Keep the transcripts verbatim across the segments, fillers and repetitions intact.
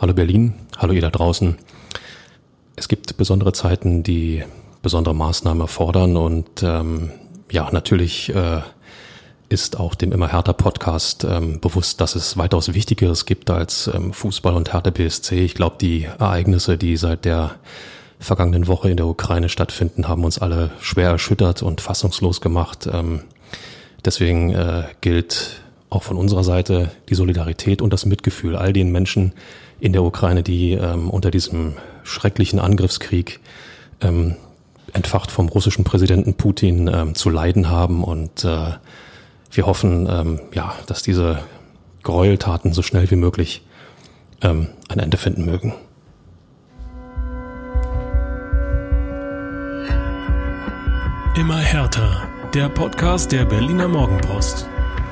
Hallo Berlin, hallo ihr da draußen. Es gibt besondere Zeiten, die besondere Maßnahmen erfordern und ähm, ja, natürlich äh, ist auch dem Immer Hertha Podcast ähm, bewusst, dass es weitaus Wichtigeres gibt als ähm, Fußball und Hertha B S C. Ich glaube, die Ereignisse, die seit der vergangenen Woche in der Ukraine stattfinden, haben uns alle schwer erschüttert und fassungslos gemacht. Ähm, deswegen äh, gilt auch von unserer Seite die Solidarität und das Mitgefühl all den Menschen in der Ukraine, die ähm, unter diesem schrecklichen Angriffskrieg ähm, entfacht vom russischen Präsidenten Putin ähm, zu leiden haben. Und äh, wir hoffen, ähm, ja, dass diese Gräueltaten so schnell wie möglich ähm, ein Ende finden mögen. Immer Hertha, der Podcast der Berliner Morgenpost.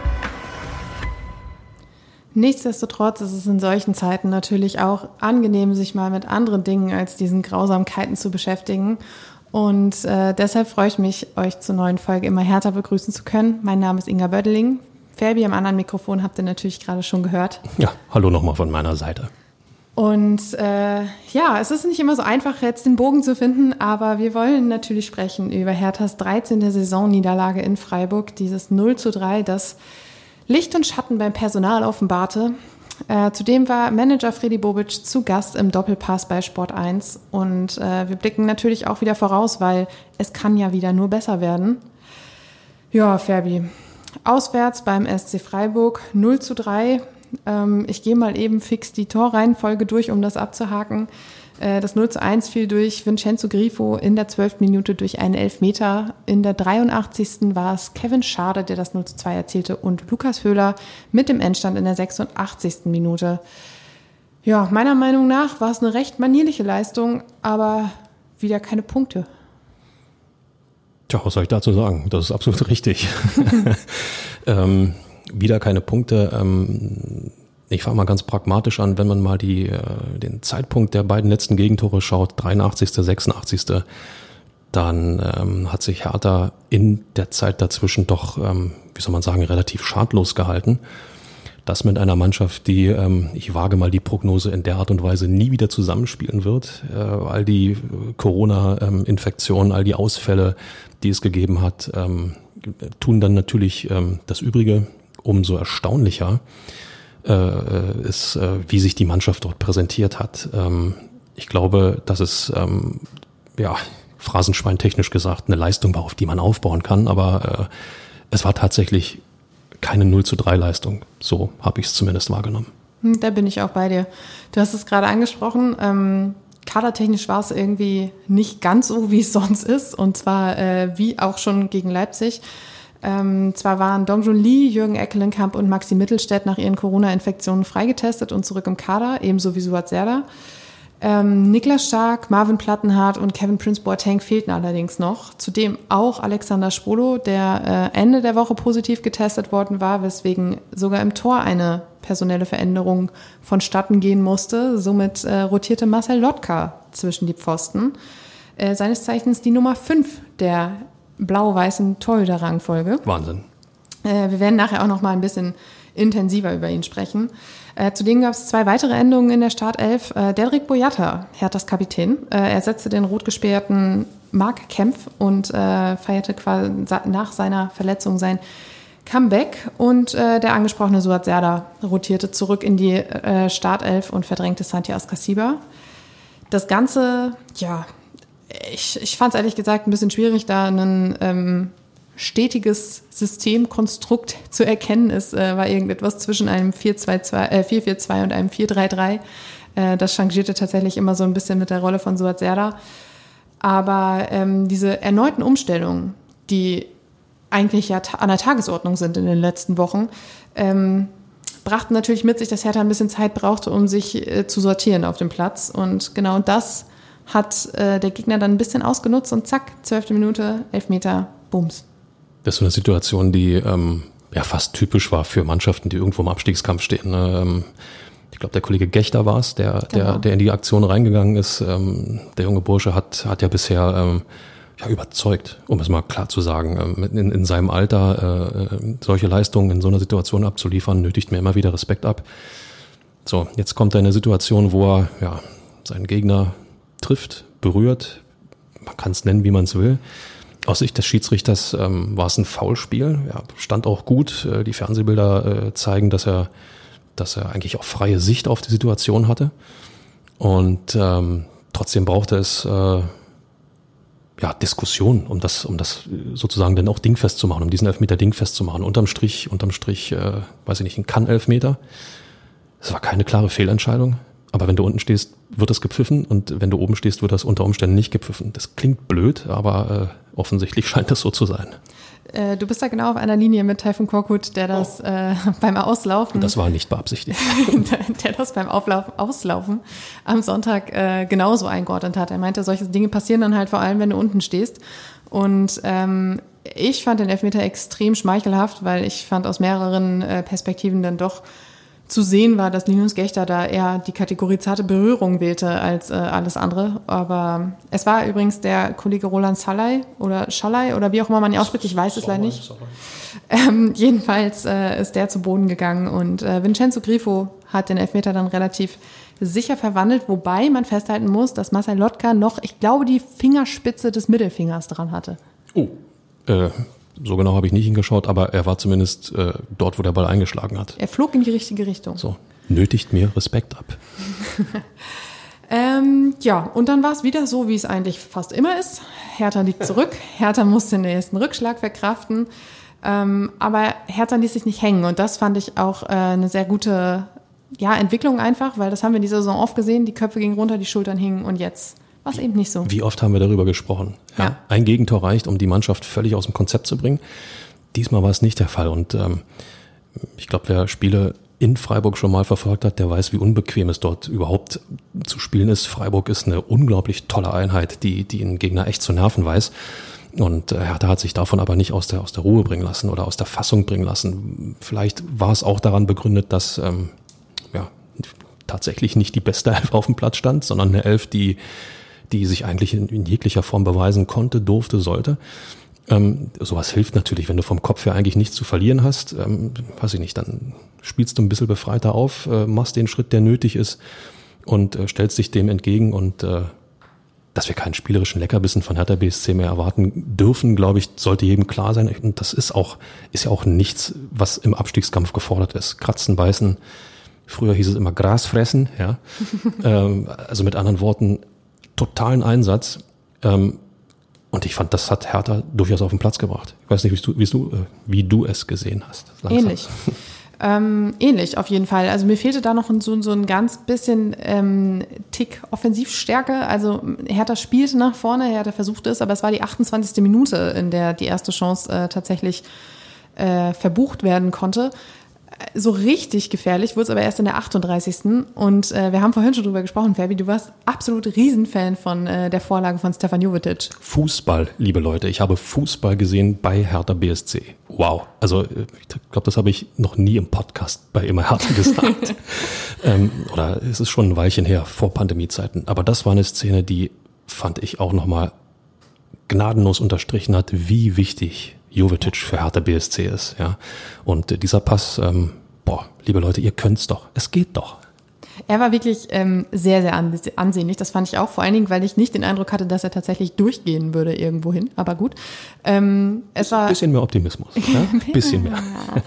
Nichtsdestotrotz ist es in solchen Zeiten natürlich auch angenehm, sich mal mit anderen Dingen als diesen Grausamkeiten zu beschäftigen. Und äh, deshalb freue ich mich, euch zur neuen Folge Immer Hertha begrüßen zu können. Mein Name ist Inga Bödeling. Ferbi am anderen Mikrofon habt ihr natürlich gerade schon gehört. Ja, hallo nochmal von meiner Seite. Und äh, ja, es ist nicht immer so einfach, jetzt den Bogen zu finden, aber wir wollen natürlich sprechen über Herthas dreizehnte Saisonniederlage in Freiburg, dieses null zu drei, das Licht und Schatten beim Personal offenbarte. Äh, zudem war Manager Freddy Bobic zu Gast im Doppelpass bei Sport eins und äh, wir blicken natürlich auch wieder voraus, weil es kann ja wieder nur besser werden. Ja, Ferbi, auswärts beim S C Freiburg null zu drei. Ähm, ich gehe mal eben fix die Torreihenfolge durch, um das abzuhaken. Äh, das null zu eins fiel durch Vincenzo Grifo in der zwölften Minute durch einen Elfmeter. In der dreiundachtzigsten war es Kevin Schade, der das null zu zwei erzielte, und Lukas Höhler mit dem Endstand in der sechsundachtzigsten Minute. Ja, meiner Meinung nach war es eine recht manierliche Leistung, aber wieder keine Punkte. Tja, was soll ich dazu sagen? Das ist absolut richtig. ähm, wieder keine Punkte. Ähm, ich fange mal ganz pragmatisch an, wenn man mal die, äh, den Zeitpunkt der beiden letzten Gegentore schaut, dreiundachtzigste, sechsundachtzigste, dann ähm, hat sich Hertha in der Zeit dazwischen doch, ähm, wie soll man sagen, relativ schadlos gehalten. Das mit einer Mannschaft, die, ähm, ich wage mal die Prognose, in der Art und Weise nie wieder zusammenspielen wird. Äh, all die Corona-Infektionen, all die Ausfälle, die es gegeben hat, ähm, tun dann natürlich ähm, das Übrige. Umso erstaunlicher äh, ist, äh, wie sich die Mannschaft dort präsentiert hat. Ähm, ich glaube, dass es, ähm, ja, phrasenschweintechnisch gesagt, eine Leistung war, auf die man aufbauen kann, aber äh, es war tatsächlich keine null zu drei Leistung. So habe ich es zumindest wahrgenommen. Da bin ich auch bei dir. Du hast es gerade angesprochen. Ähm, kadertechnisch war es irgendwie nicht ganz so, wie es sonst ist. Und zwar äh, wie auch schon gegen Leipzig. Ähm, zwar waren Dongjun Lee, Jürgen Eckelenkamp und Maxi Mittelstädt nach ihren Corona-Infektionen freigetestet und zurück im Kader, ebenso wie Suat Serdar. Ähm, Niklas Stark, Marvin Plattenhardt und Kevin Prince Boateng fehlten allerdings noch. Zudem auch Alexander Schwolo, der äh, Ende der Woche positiv getestet worden war, weswegen sogar im Tor eine personelle Veränderung vonstatten gehen musste. Somit äh, rotierte Marcel Lotka zwischen die Pfosten. Äh, seines Zeichens die Nummer fünf der blau-weißen Torhüter-Rangfolge. Wahnsinn. Äh, wir werden nachher auch noch mal ein bisschen intensiver über ihn sprechen. Äh, zudem gab es zwei weitere Änderungen in der Startelf. Äh, Dedrick Boyata, Herthas Kapitän, äh, ersetzte den rot gesperrten Marc Kempf und äh, feierte quasi nach seiner Verletzung sein Comeback. Und äh, der angesprochene Suat Serdar rotierte zurück in die äh, Startelf und verdrängte Santi Ascasiba. Das Ganze, ja, Ich, ich fand es ehrlich gesagt ein bisschen schwierig, da ein ähm, stetiges Systemkonstrukt zu erkennen. Es äh, war irgendetwas zwischen einem vier zwei zwei, äh, vier vier zwei und einem vier drei drei. Äh, das changierte tatsächlich immer so ein bisschen mit der Rolle von Suat Serdar. Aber ähm, diese erneuten Umstellungen, die eigentlich ja ta- an der Tagesordnung sind in den letzten Wochen, ähm, brachten natürlich mit sich, dass Hertha ein bisschen Zeit brauchte, um sich äh, zu sortieren auf dem Platz. Und genau das hat äh, der Gegner dann ein bisschen ausgenutzt und zack, zwölfte Minute, Elfmeter, Bums. Das ist so eine Situation, die ähm, ja fast typisch war für Mannschaften, die irgendwo im Abstiegskampf stehen. Ähm, ich glaube, der Kollege Gechter war es, der, genau. der, der in die Aktion reingegangen ist. Ähm, der junge Bursche hat, hat ja bisher ähm, ja, überzeugt, um es mal klar zu sagen. Ähm, in, in seinem Alter äh, solche Leistungen in so einer Situation abzuliefern, nötigt mir immer wieder Respekt ab. So, jetzt kommt er in eine Situation, wo er ja, seinen Gegner trifft, berührt. Man kann es nennen, wie man es will. Aus Sicht des Schiedsrichters ähm, war es ein Foulspiel. Ja, stand auch gut. Äh, die Fernsehbilder äh, zeigen, dass er, dass er eigentlich auch freie Sicht auf die Situation hatte. Und ähm, trotzdem brauchte es äh, ja, Diskussion, um das, um das sozusagen dann auch dingfest zu machen, um diesen Elfmeter dingfest zu machen. Unterm Strich, unterm Strich, äh, weiß ich nicht, ein Kann-Elfmeter. Es war keine klare Fehlentscheidung. Aber wenn du unten stehst, wird das gepfiffen und wenn du oben stehst, wird das unter Umständen nicht gepfiffen. Das klingt blöd, aber äh, offensichtlich scheint das so zu sein. Äh, du bist da genau auf einer Linie mit Tayfun Korkut, der das oh. äh, beim Auslaufen... Das war nicht beabsichtigt. der das beim Auflauf, Auslaufen am Sonntag äh, genauso eingeordnet hat. Er meinte, solche Dinge passieren dann halt vor allem, wenn du unten stehst. Und ähm, ich fand den Elfmeter extrem schmeichelhaft, weil ich fand aus mehreren äh, Perspektiven dann doch zu sehen war, dass Linus Gächter da eher die Kategorie zarte Berührung wählte als äh, alles andere. Aber es war übrigens der Kollege Roland Salai oder Schalai oder wie auch immer man ihn ausspricht, ich weiß es leider nicht. Ähm, jedenfalls äh, ist der zu Boden gegangen und äh, Vincenzo Grifo hat den Elfmeter dann relativ sicher verwandelt, wobei man festhalten muss, dass Marcel Lotka noch, ich glaube, die Fingerspitze des Mittelfingers dran hatte. Oh, äh... So genau habe ich nicht hingeschaut, aber er war zumindest äh, dort, wo der Ball eingeschlagen hat. Er flog in die richtige Richtung. So, nötigt mir Respekt ab. ähm, ja, und dann war es wieder so, wie es eigentlich fast immer ist. Hertha liegt zurück. Hertha musste den nächsten Rückschlag verkraften. Ähm, aber Hertha ließ sich nicht hängen. Und das fand ich auch äh, eine sehr gute ja, Entwicklung einfach, weil das haben wir in dieser Saison oft gesehen. Die Köpfe gingen runter, die Schultern hingen und jetzt... war es eben nicht so. Wie oft haben wir darüber gesprochen? Ja, ja. Ein Gegentor reicht, um die Mannschaft völlig aus dem Konzept zu bringen. Diesmal war es nicht der Fall. Und ähm, ich glaube, wer Spiele in Freiburg schon mal verfolgt hat, der weiß, wie unbequem es dort überhaupt zu spielen ist. Freiburg ist eine unglaublich tolle Einheit, die, die einen Gegner echt zu nerven weiß. Und äh, Hertha hat sich davon aber nicht aus der, aus der Ruhe bringen lassen oder aus der Fassung bringen lassen. Vielleicht war es auch daran begründet, dass ähm, ja, tatsächlich nicht die beste Elf auf dem Platz stand, sondern eine Elf, die die sich eigentlich in, in jeglicher Form beweisen konnte, durfte, sollte. Ähm, sowas hilft natürlich, wenn du vom Kopf her eigentlich nichts zu verlieren hast. Ähm, weiß ich nicht, dann spielst du ein bisschen befreiter auf, äh, machst den Schritt, der nötig ist und äh, stellst dich dem entgegen. Und äh, dass wir keinen spielerischen Leckerbissen von Hertha B S C mehr erwarten dürfen, glaube ich, sollte jedem klar sein. Und das ist auch, ist ja auch nichts, was im Abstiegskampf gefordert ist. Kratzen, beißen. Früher hieß es immer Gras fressen, ja. ähm, also mit anderen Worten, totalen Einsatz. Ähm, und ich fand, das hat Hertha durchaus auf den Platz gebracht. Ich weiß nicht, wie du, wie du, äh, wie du es gesehen hast. Langsam. Ähnlich. ähm, ähnlich, auf jeden Fall. Also mir fehlte da noch so, so ein ganz bisschen ähm, Tick Offensivstärke. Also Hertha spielte nach vorne, Hertha versuchte es, aber es war die achtundzwanzigste Minute, in der die erste Chance äh, tatsächlich äh, verbucht werden konnte. So richtig gefährlich wurde es aber erst in der achtunddreißigsten Und äh, wir haben vorhin schon drüber gesprochen, Fabi, du warst absolut Riesenfan von äh, der Vorlage von Stefan Jovetic. Fußball, liebe Leute. Ich habe Fußball gesehen bei Hertha B S C. Wow. Also ich glaube, das habe ich noch nie im Podcast bei Immer Hertha gesagt. ähm, oder es ist schon ein Weilchen her, vor Pandemiezeiten. Aber das war eine Szene, die fand ich auch nochmal gnadenlos unterstrichen hat, wie wichtig Jovetic für Hertha B S C ist, ja. Und äh, dieser Pass, ähm, boah, liebe Leute, ihr könnt's doch. Es geht doch. Er war wirklich ähm, sehr, sehr ansehnlich. Das fand ich auch, vor allen Dingen, weil ich nicht den Eindruck hatte, dass er tatsächlich durchgehen würde irgendwo hin. Aber gut. Ähm, es war ein bisschen mehr Optimismus. Ja? Ein bisschen mehr.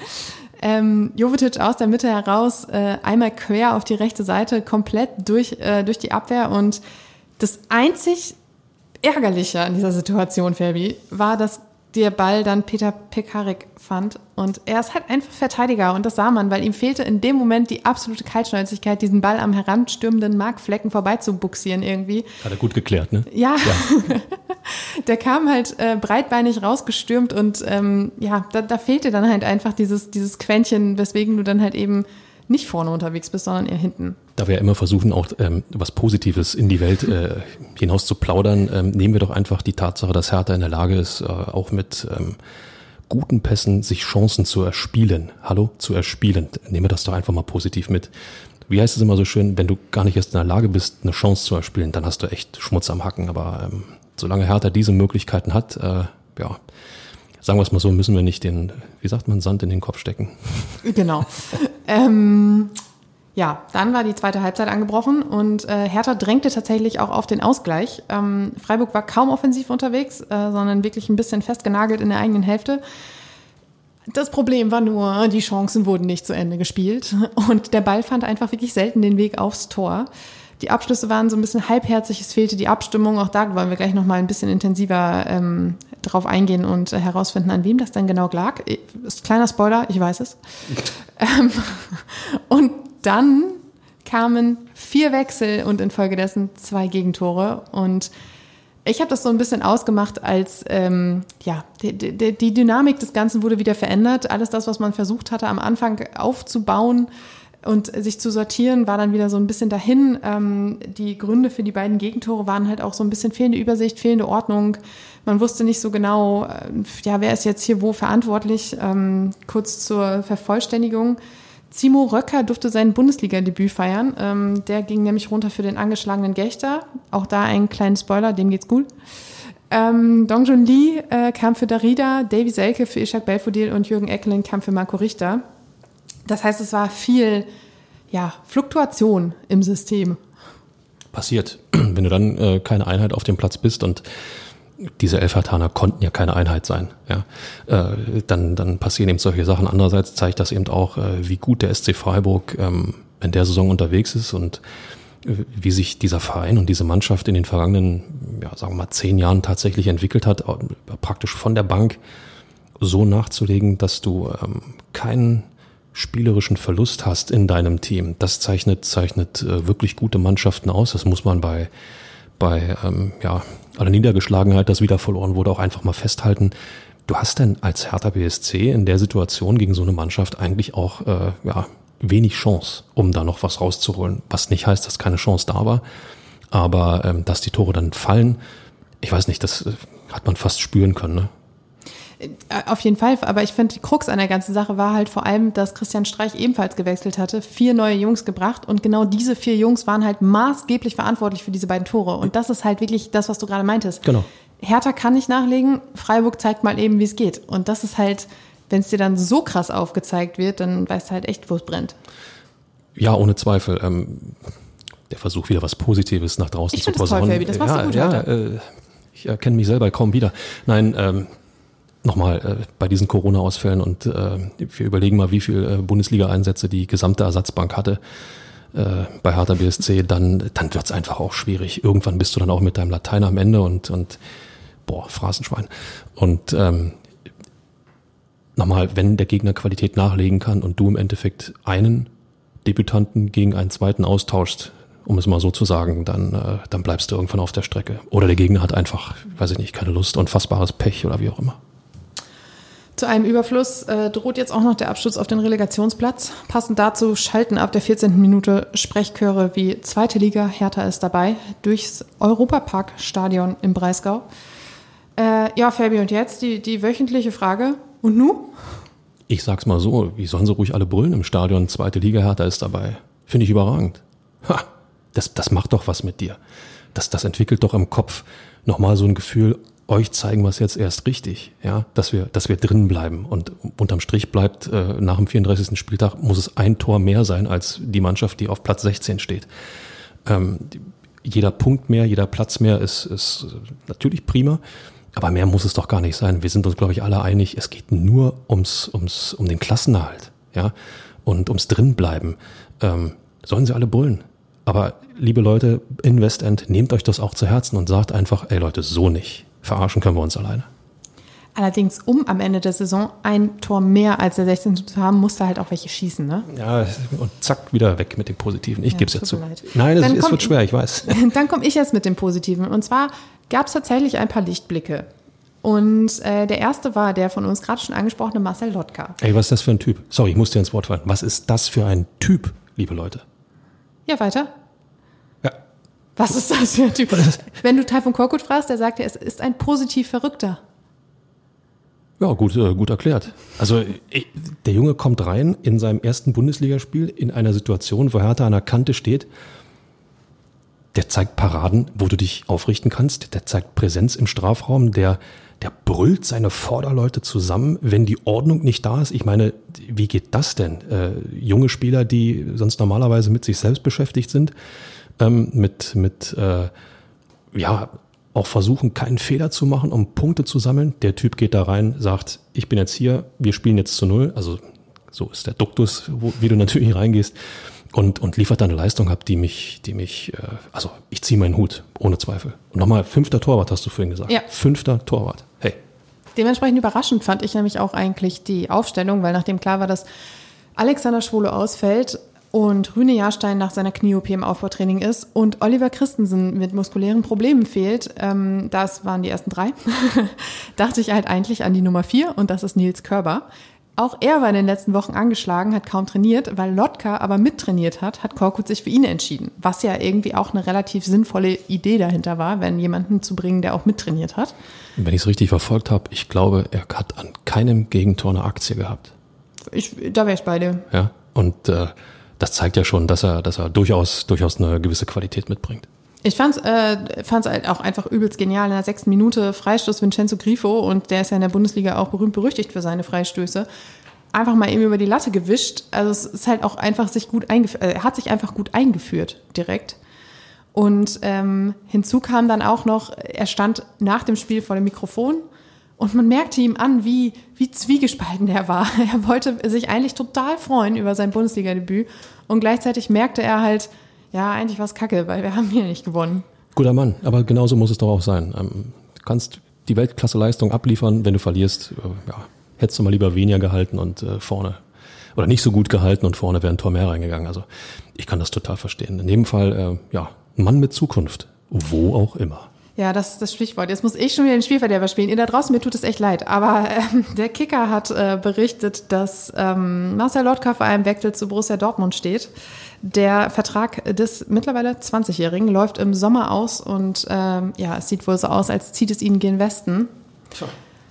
ähm, Jovetic aus der Mitte heraus, äh, einmal quer auf die rechte Seite, komplett durch, äh, durch die Abwehr. Und das einzig Ärgerliche an dieser Situation, Fabi, war, dass der Ball dann Peter Pekarik fand. Und er ist halt einfach Verteidiger. Und das sah man, weil ihm fehlte in dem Moment die absolute Kaltschnäuzigkeit, diesen Ball am heranstürmenden Markflecken vorbeizubuxieren irgendwie. Hat er gut geklärt, ne? Ja. ja. Der kam halt äh, breitbeinig rausgestürmt und ähm, ja, da, da fehlte dann halt einfach dieses, dieses Quäntchen, weswegen du dann halt eben nicht vorne unterwegs bist, sondern eher hinten. Da wir ja immer versuchen, auch ähm, was Positives in die Welt äh, hinaus zu plaudern, ähm, nehmen wir doch einfach die Tatsache, dass Hertha in der Lage ist, äh, auch mit ähm, guten Pässen sich Chancen zu erspielen. Hallo? Zu erspielen. Nehmen wir das doch einfach mal positiv mit. Wie heißt es immer so schön, wenn du gar nicht erst in der Lage bist, eine Chance zu erspielen, dann hast du echt Schmutz am Hacken. Aber ähm, solange Hertha diese Möglichkeiten hat, äh, ja, sagen wir es mal so, müssen wir nicht den, wie sagt man, Sand in den Kopf stecken. Genau. ähm, Ja, dann war die zweite Halbzeit angebrochen und äh, Hertha drängte tatsächlich auch auf den Ausgleich. Ähm, Freiburg war kaum offensiv unterwegs, äh, sondern wirklich ein bisschen festgenagelt in der eigenen Hälfte. Das Problem war nur, die Chancen wurden nicht zu Ende gespielt und der Ball fand einfach wirklich selten den Weg aufs Tor. Die Abschlüsse waren so ein bisschen halbherzig, es fehlte die Abstimmung. Auch da wollen wir gleich noch mal ein bisschen intensiver ähm, drauf eingehen und äh, herausfinden, an wem das denn genau lag. Ist kleiner Spoiler, ich weiß es. ähm, und dann kamen vier Wechsel und infolgedessen zwei Gegentore. Und ich habe das so ein bisschen ausgemacht als, ähm, ja, die, die, die Dynamik des Ganzen wurde wieder verändert. Alles das, was man versucht hatte, am Anfang aufzubauen und sich zu sortieren, war dann wieder so ein bisschen dahin. Ähm, die Gründe für die beiden Gegentore waren halt auch so ein bisschen fehlende Übersicht, fehlende Ordnung. Man wusste nicht so genau, äh, ja, wer ist jetzt hier wo verantwortlich. Ähm, kurz zur Vervollständigung. Timo Röcker durfte sein Bundesliga-Debüt feiern. Ähm, der ging nämlich runter für den angeschlagenen Gechter. Auch da ein kleinen Spoiler, dem geht's gut. Ähm, Dongjun Lee äh, kam für Darida, Davy Selke für Ishak Belfodil und Jürgen Eckelin kam für Marco Richter. Das heißt, es war viel ja, Fluktuation im System. Passiert, wenn du dann äh, keine Einheit auf dem Platz bist und diese elf Herthaner konnten ja keine Einheit sein, ja, äh, dann, dann passieren eben solche Sachen. Andererseits zeigt das eben auch, äh, wie gut der S C Freiburg ähm, in der Saison unterwegs ist und äh, wie sich dieser Verein und diese Mannschaft in den vergangenen, ja, sagen wir mal, zehn Jahren tatsächlich entwickelt hat, äh, praktisch von der Bank so nachzulegen, dass du ähm, keinen spielerischen Verlust hast in deinem Team. Das zeichnet, zeichnet äh, wirklich gute Mannschaften aus. Das muss man bei bei ähm, ja, aller Niedergeschlagenheit, das wieder verloren wurde, auch einfach mal festhalten. Du hast denn als Hertha B S C in der Situation gegen so eine Mannschaft eigentlich auch äh, ja, wenig Chance, um da noch was rauszuholen. Was nicht heißt, dass keine Chance da war. Aber ähm, dass die Tore dann fallen, ich weiß nicht, das äh, hat man fast spüren können, ne? Auf jeden Fall, aber ich finde, die Krux an der ganzen Sache war halt vor allem, dass Christian Streich ebenfalls gewechselt hatte, vier neue Jungs gebracht und genau diese vier Jungs waren halt maßgeblich verantwortlich für diese beiden Tore und das ist halt wirklich das, was du gerade meintest. Genau. Hertha kann nicht nachlegen, Freiburg zeigt mal eben, wie es geht und das ist halt, wenn es dir dann so krass aufgezeigt wird, dann weißt du halt echt, wo es brennt. Ja, ohne Zweifel. Ähm, der Versuch, wieder was Positives nach draußen ich zu posaunen. Ich finde das toll, Fabi, das machst ja, du gut ja, heute. Äh, ich erkenne mich selber kaum wieder. Nein, ähm, Nochmal, äh, bei diesen Corona-Ausfällen und äh, wir überlegen mal, wie viel äh, Bundesliga-Einsätze die gesamte Ersatzbank hatte äh, bei Hertha B S C, dann, dann wird's einfach auch schwierig. Irgendwann bist du dann auch mit deinem Latein am Ende und, und boah, Phrasenschwein. Und ähm, nochmal, wenn der Gegner Qualität nachlegen kann und du im Endeffekt einen Debütanten gegen einen zweiten austauschst, um es mal so zu sagen, dann, äh, dann bleibst du irgendwann auf der Strecke. Oder der Gegner hat einfach, weiß ich nicht, keine Lust, unfassbares Pech oder wie auch immer. Zu einem Überfluss äh, droht jetzt auch noch der Absturz auf den Relegationsplatz. Passend dazu schalten ab der vierzehnten Minute Sprechchöre wie zweite Liga, Hertha ist dabei, durchs Europapark-Stadion im Breisgau. Äh, ja, Fabi, und jetzt die, die wöchentliche Frage. Und nu? Ich sag's mal so, wie sollen sie ruhig alle brüllen im Stadion, zweite Liga, Hertha ist dabei. Finde ich überragend. Ha, das, das macht doch was mit dir. Das, das entwickelt doch im Kopf nochmal so ein Gefühl, euch zeigen wir es jetzt erst richtig, ja, dass wir, dass wir drin bleiben. Und unterm Strich bleibt, äh, nach dem vierunddreißigsten Spieltag muss es ein Tor mehr sein als die Mannschaft, die auf Platz sechzehn steht. Ähm, jeder Punkt mehr, jeder Platz mehr ist, ist natürlich prima, aber mehr muss es doch gar nicht sein. Wir sind uns, glaube ich, alle einig, es geht nur ums, ums, um den Klassenerhalt, ja, und ums Drinbleiben. Ähm, sollen sie alle brüllen. Aber, liebe Leute in Westend, nehmt euch das auch zu Herzen und sagt einfach, ey Leute, so nicht. Verarschen können wir uns alleine. Allerdings, um am Ende der Saison ein Tor mehr als der sechzehnte zu haben, musste halt auch welche schießen, ne? Ja, und zack, wieder weg mit dem Positiven. Ich ja, gebe es jetzt zu. Leid. Nein, es, es wird schwer, ich weiß. Dann komme ich jetzt mit dem Positiven. Und zwar gab es tatsächlich ein paar Lichtblicke. Und äh, der erste war der von uns gerade schon angesprochene Marcel Lotka. Ey, was ist das für ein Typ? Sorry, ich muss dir ins Wort fallen. Was ist das für ein Typ, liebe Leute? Ja, weiter. Ja. Was ist das für ein Typ? Wenn du Taifun Korkut fragst, der sagt, es ist ein positiv Verrückter. Ja, gut, äh, gut erklärt. Also ich, der Junge kommt rein in seinem ersten Bundesligaspiel in einer Situation, wo Hertha an der Kante steht. Der zeigt Paraden, wo du dich aufrichten kannst. Der zeigt Präsenz im Strafraum. Der, der brüllt seine Vorderleute zusammen, wenn die Ordnung nicht da ist. Ich meine, wie geht das denn? Äh, junge Spieler, die sonst normalerweise mit sich selbst beschäftigt sind, ähm, mit, mit äh, ja, auch versuchen, keinen Fehler zu machen, um Punkte zu sammeln. Der Typ geht da rein, sagt, ich bin jetzt hier, wir spielen jetzt zu null. Also so ist der Duktus, wo, wie du natürlich reingehst. Und, und liefert dann eine Leistung ab, die mich, die mich, äh, also ich ziehe meinen Hut, ohne Zweifel. Und nochmal, fünfter Torwart hast du vorhin gesagt. Ja. Fünfter Torwart. Hey. Dementsprechend überraschend fand ich nämlich auch eigentlich die Aufstellung, weil nachdem klar war, dass Alexander Schwolo ausfällt und Rüne Jahrstein nach seiner Knie-O P im Aufbautraining ist und Oliver Christensen mit muskulären Problemen fehlt, ähm, das waren die ersten drei, dachte ich halt eigentlich an die Nummer vier und das ist Nils Körber. Auch er war in den letzten Wochen angeschlagen, hat kaum trainiert, weil Lotka aber mittrainiert hat, hat Korkut sich für ihn entschieden. Was ja irgendwie auch eine relativ sinnvolle Idee dahinter war, wenn jemanden zu bringen, der auch mittrainiert hat. Wenn ich es richtig verfolgt habe, ich glaube, er hat an keinem Gegentor eine Aktie gehabt. Ich, da wäre ich bei dir. Ja, und äh, das zeigt ja schon, dass er, dass er durchaus, durchaus eine gewisse Qualität mitbringt. Ich fand's, äh, fand's halt auch einfach übelst genial. In der sechsten Minute Freistoß Vincenzo Grifo und der ist ja in der Bundesliga auch berühmt berüchtigt für seine Freistöße. Einfach mal eben über die Latte gewischt. Also es ist halt auch einfach sich gut eingeführt. Er hat sich einfach gut eingeführt direkt. Und ähm, hinzu kam dann auch noch, er stand nach dem Spiel vor dem Mikrofon und man merkte ihm an, wie, wie zwiegespalten er war. Er wollte sich eigentlich total freuen über sein Bundesliga-Debüt und gleichzeitig merkte er halt, ja, eigentlich war es kacke, weil wir haben hier nicht gewonnen. Guter Mann, aber genauso muss es doch auch sein. Ähm, du kannst die Weltklasse-Leistung abliefern, wenn du verlierst, äh, ja, hättest du mal lieber weniger gehalten und äh, vorne, oder nicht so gut gehalten und vorne wäre ein Tor mehr reingegangen. Also ich kann das total verstehen. In dem Fall, äh, ja, ein Mann mit Zukunft, wo auch immer. Ja, das ist das Stichwort. Jetzt muss ich schon wieder den Spielverderber spielen. Ihr da draußen, mir tut es echt leid. Aber ähm, der Kicker hat äh, berichtet, dass ähm, Marcel Lotka vor einem Wechsel zu Borussia Dortmund steht. Der Vertrag des mittlerweile zwanzigjährigen läuft im Sommer aus und ähm, ja, es sieht wohl so aus, als zieht es ihn gen Westen. Tja.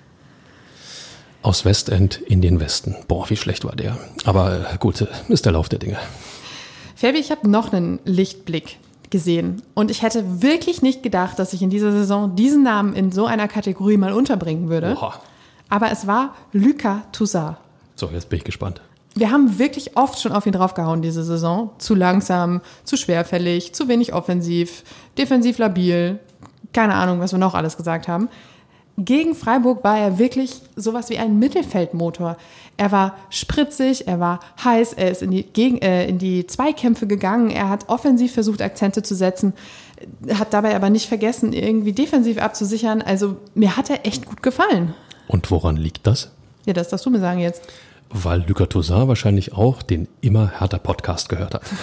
Aus Westend in den Westen. Boah, wie schlecht war der. Aber äh, gut, ist der Lauf der Dinge. Fabi, ich habe noch einen Lichtblick gesehen. Und ich hätte wirklich nicht gedacht, dass ich in dieser Saison diesen Namen in so einer Kategorie mal unterbringen würde. Oha. Aber es war Lucas Toussaint. So, jetzt bin ich gespannt. Wir haben wirklich oft schon auf ihn draufgehauen diese Saison. Zu langsam, zu schwerfällig, zu wenig offensiv, defensiv labil. Keine Ahnung, was wir noch alles gesagt haben. Gegen Freiburg war er wirklich sowas wie ein Mittelfeldmotor. Er war spritzig, er war heiß, er ist in die, gegen, äh, in die Zweikämpfe gegangen, er hat offensiv versucht, Akzente zu setzen, hat dabei aber nicht vergessen, irgendwie defensiv abzusichern. Also mir hat er echt gut gefallen. Und woran liegt das? Ja, das darfst du mir sagen jetzt. Weil Lucas Toussaint wahrscheinlich auch den Immer härter Podcast gehört hat.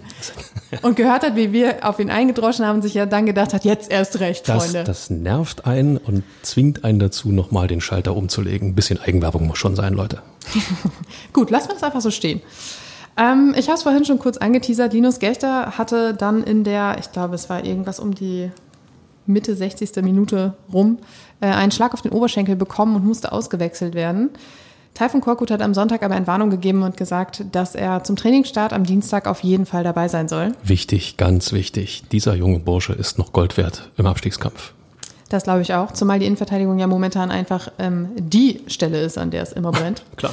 Und gehört hat, wie wir auf ihn eingedroschen haben und sich ja dann gedacht hat, jetzt erst recht, das, Freunde. Das nervt einen und zwingt einen dazu, nochmal den Schalter umzulegen. Ein bisschen Eigenwerbung muss schon sein, Leute. Gut, lassen wir es einfach so stehen. Ähm, ich habe es vorhin schon kurz angeteasert. Linus Gächter hatte dann in der, ich glaube, es war irgendwas um die Mitte sechzigste Minute rum, äh, einen Schlag auf den Oberschenkel bekommen und musste ausgewechselt werden. Tayfun Korkut hat am Sonntag aber Entwarnung gegeben und gesagt, dass er zum Trainingsstart am Dienstag auf jeden Fall dabei sein soll. Wichtig, ganz wichtig. Dieser junge Bursche ist noch Gold wert im Abstiegskampf. Das glaube ich auch, zumal die Innenverteidigung ja momentan einfach ähm, die Stelle ist, an der es immer brennt. Klar.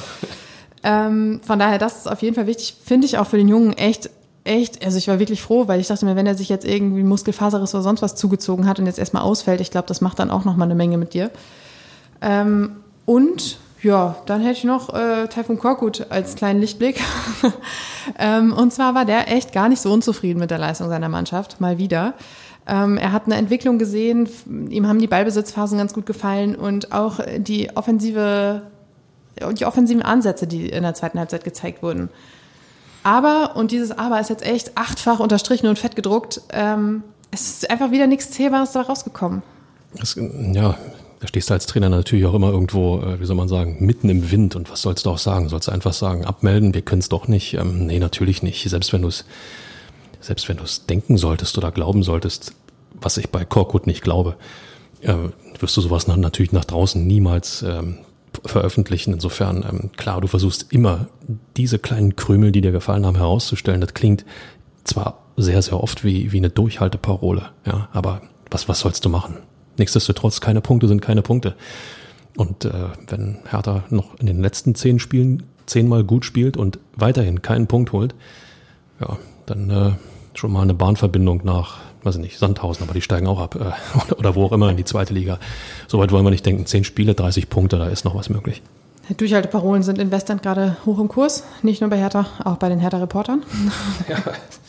Ähm, von daher, das ist auf jeden Fall wichtig, finde ich auch für den Jungen echt, echt, also ich war wirklich froh, weil ich dachte mir, wenn er sich jetzt irgendwie Muskelfaserriss oder sonst was zugezogen hat und jetzt erstmal ausfällt, ich glaube, das macht dann auch nochmal eine Menge mit dir. Ähm, und ja, dann hätte ich noch äh, Tayfun Korkut als kleinen Lichtblick. ähm, und zwar war der echt gar nicht so unzufrieden mit der Leistung seiner Mannschaft, mal wieder. Ähm, er hat eine Entwicklung gesehen, ihm haben die Ballbesitzphasen ganz gut gefallen und auch die offensive, die offensiven Ansätze, die in der zweiten Halbzeit gezeigt wurden. Aber, und dieses Aber ist jetzt echt achtfach unterstrichen und fett gedruckt, ähm, es ist einfach wieder nichts Zählbares da rausgekommen. Das, ja, da stehst du als Trainer natürlich auch immer irgendwo, wie soll man sagen, mitten im Wind. Und was sollst du auch sagen? Sollst du einfach sagen, abmelden, wir können es doch nicht? Ähm, nee, natürlich nicht. Selbst wenn du es selbst wenn du es denken solltest oder glauben solltest, was ich bei Korkut nicht glaube, äh, wirst du sowas nach, natürlich nach draußen niemals ähm, veröffentlichen. Insofern, ähm, klar, du versuchst immer, diese kleinen Krümel, die dir gefallen haben, herauszustellen. Das klingt zwar sehr, sehr oft wie, wie eine Durchhalteparole, ja, aber was, was sollst du machen? nichtsdestotrotz, keine Punkte sind keine Punkte. Und äh, wenn Hertha noch in den letzten zehn Spielen zehnmal gut spielt und weiterhin keinen Punkt holt, ja, dann äh, schon mal eine Bahnverbindung nach, weiß ich nicht, Sandhausen, aber die steigen auch ab. Äh, oder, oder wo auch immer in die zweite Liga. Soweit wollen wir nicht denken. Zehn Spiele, dreißig Punkte, da ist noch was möglich. Durchhalteparolen sind in Westend gerade hoch im Kurs. Nicht nur bei Hertha, auch bei den Hertha-Reportern. Ja.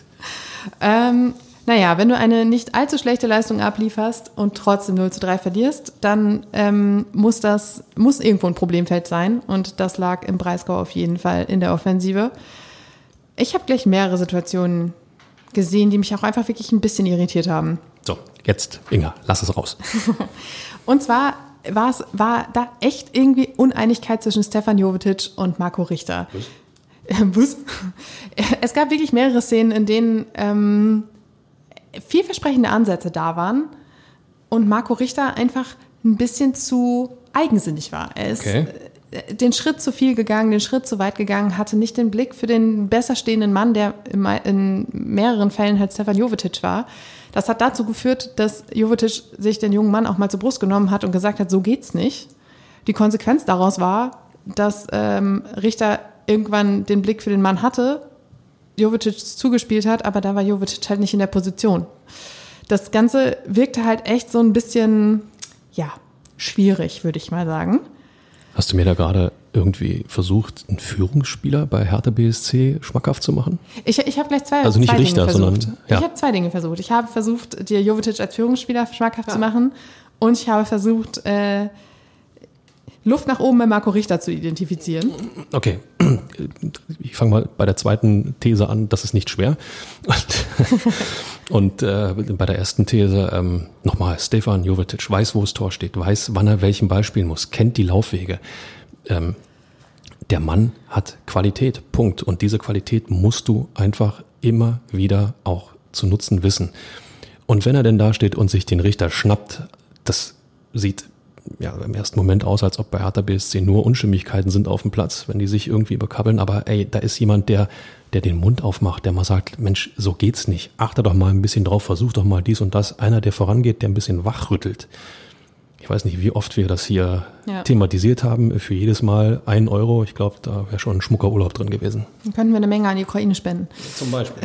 ähm, Naja, wenn du eine nicht allzu schlechte Leistung ablieferst und trotzdem null zu drei verlierst, dann ähm, muss das muss irgendwo ein Problemfeld sein. Und das lag im Breisgau auf jeden Fall in der Offensive. Ich habe gleich mehrere Situationen gesehen, die mich auch einfach wirklich ein bisschen irritiert haben. So, jetzt, Inga, lass es raus. Und zwar war es war da echt irgendwie Uneinigkeit zwischen Stefan Jovetic und Marco Richter. Was? Es gab wirklich mehrere Szenen, in denen ähm, vielversprechende Ansätze da waren und Marco Richter einfach ein bisschen zu eigensinnig war. Er ist okay. den Schritt zu viel gegangen, den Schritt zu weit gegangen, hatte nicht den Blick für den besser stehenden Mann, der in mehreren Fällen halt Stefan Jovetic war. Das hat dazu geführt, dass Jovetic sich den jungen Mann auch mal zur Brust genommen hat und gesagt hat, so geht's nicht. Die Konsequenz daraus war, dass ähm, Richter irgendwann den Blick für den Mann hatte, Jovetic zugespielt hat, aber da war Jovetic halt nicht in der Position. Das Ganze wirkte halt echt so ein bisschen, ja, schwierig, würde ich mal sagen. Hast du mir da gerade irgendwie versucht, einen Führungsspieler bei Hertha B S C schmackhaft zu machen? Ich, ich habe gleich zwei, also nicht zwei Richter, Dinge versucht. Sondern, ja. Ich habe zwei Dinge versucht. Ich habe versucht, dir Jovetic als Führungsspieler schmackhaft ja. zu machen und ich habe versucht, äh, Luft nach oben bei Marco Richter zu identifizieren. Okay, ich fange mal bei der zweiten These an, das ist nicht schwer. Und, und äh, bei der ersten These ähm, nochmal, Stefan Jovetic weiß, wo das Tor steht, weiß, wann er welchen Ball spielen muss, kennt die Laufwege. Ähm, der Mann hat Qualität, Punkt. Und diese Qualität musst du einfach immer wieder auch zu nutzen wissen. Und wenn er denn da steht und sich den Richter schnappt, das sieht ja im ersten Moment aus, als ob bei Hertha B S C nur Unstimmigkeiten sind auf dem Platz, wenn die sich irgendwie bekabbeln. Aber ey, da ist jemand, der der den Mund aufmacht, der mal sagt, Mensch, so geht's nicht. Achte doch mal ein bisschen drauf, versuch doch mal dies und das. Einer, der vorangeht, der ein bisschen wachrüttelt. Ich weiß nicht, wie oft wir das hier ja. thematisiert haben. Für jedes Mal ein Euro. Ich glaube, da wäre schon ein schmucker Urlaub drin gewesen. Dann könnten wir eine Menge an die Ukraine spenden. Zum Beispiel.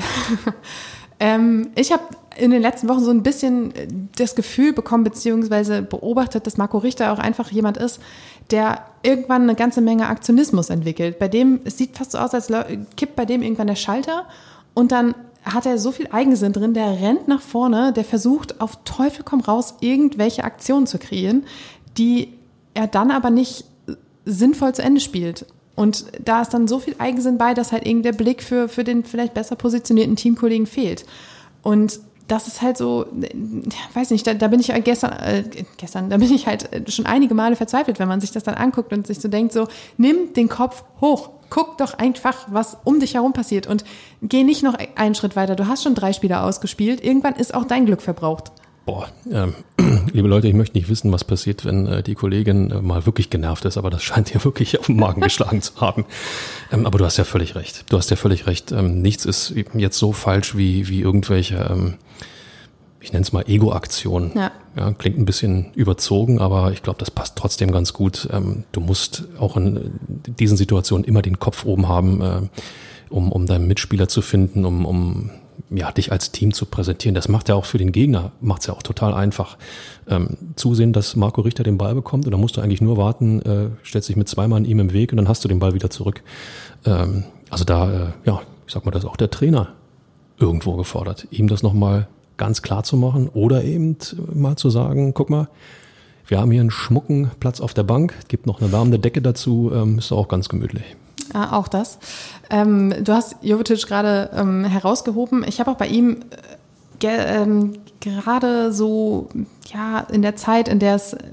ähm, ich habe in den letzten Wochen so ein bisschen das Gefühl bekommen, beziehungsweise beobachtet, dass Marco Richter auch einfach jemand ist, der irgendwann eine ganze Menge Aktionismus entwickelt. Bei dem, es sieht fast so aus, als kippt bei dem irgendwann der Schalter und dann hat er so viel Eigensinn drin, der rennt nach vorne, der versucht auf Teufel komm raus, irgendwelche Aktionen zu kreieren, die er dann aber nicht sinnvoll zu Ende spielt. Und da ist dann so viel Eigensinn bei, dass halt irgendwie der Blick für, für den vielleicht besser positionierten Teamkollegen fehlt. Und das ist halt so, weiß nicht, da, da bin ich gestern, äh, gestern, da bin ich halt schon einige Male verzweifelt, wenn man sich das dann anguckt und sich so denkt, so, nimm den Kopf hoch, guck doch einfach, was um dich herum passiert und geh nicht noch einen Schritt weiter. Du hast schon drei Spieler ausgespielt, irgendwann ist auch dein Glück verbraucht. Boah, ähm, liebe Leute, ich möchte nicht wissen, was passiert, wenn äh, die Kollegin äh, mal wirklich genervt ist, aber das scheint ihr wirklich auf den Magen geschlagen zu haben. Ähm, aber du hast ja völlig recht. Du hast ja völlig recht. Ähm, nichts ist jetzt so falsch wie wie irgendwelche, ähm, ich nenne es mal Ego-Aktionen. Ja. Ja, klingt ein bisschen überzogen, aber ich glaube, das passt trotzdem ganz gut. Ähm, du musst auch in diesen Situationen immer den Kopf oben haben, äh, um um deinen Mitspieler zu finden, um um ja, dich als Team zu präsentieren. Das macht ja auch für den Gegner, macht es ja auch total einfach. Ähm, zusehen, dass Marco Richter den Ball bekommt und dann musst du eigentlich nur warten, äh, stellst dich mit zwei Mann ihm im Weg und dann hast du den Ball wieder zurück. Ähm, also da, äh, ja, ich sag mal, das ist auch der Trainer irgendwo gefordert, ihm das nochmal ganz klar zu machen oder eben mal zu sagen, guck mal, wir haben hier einen schmucken Platz auf der Bank, gibt noch eine wärmende Decke dazu, ähm, ist auch ganz gemütlich. Ah, auch das. Ähm, du hast Jovetic gerade ähm, herausgehoben. Ich habe auch bei ihm äh, ge- ähm, gerade so ja in der Zeit, in der es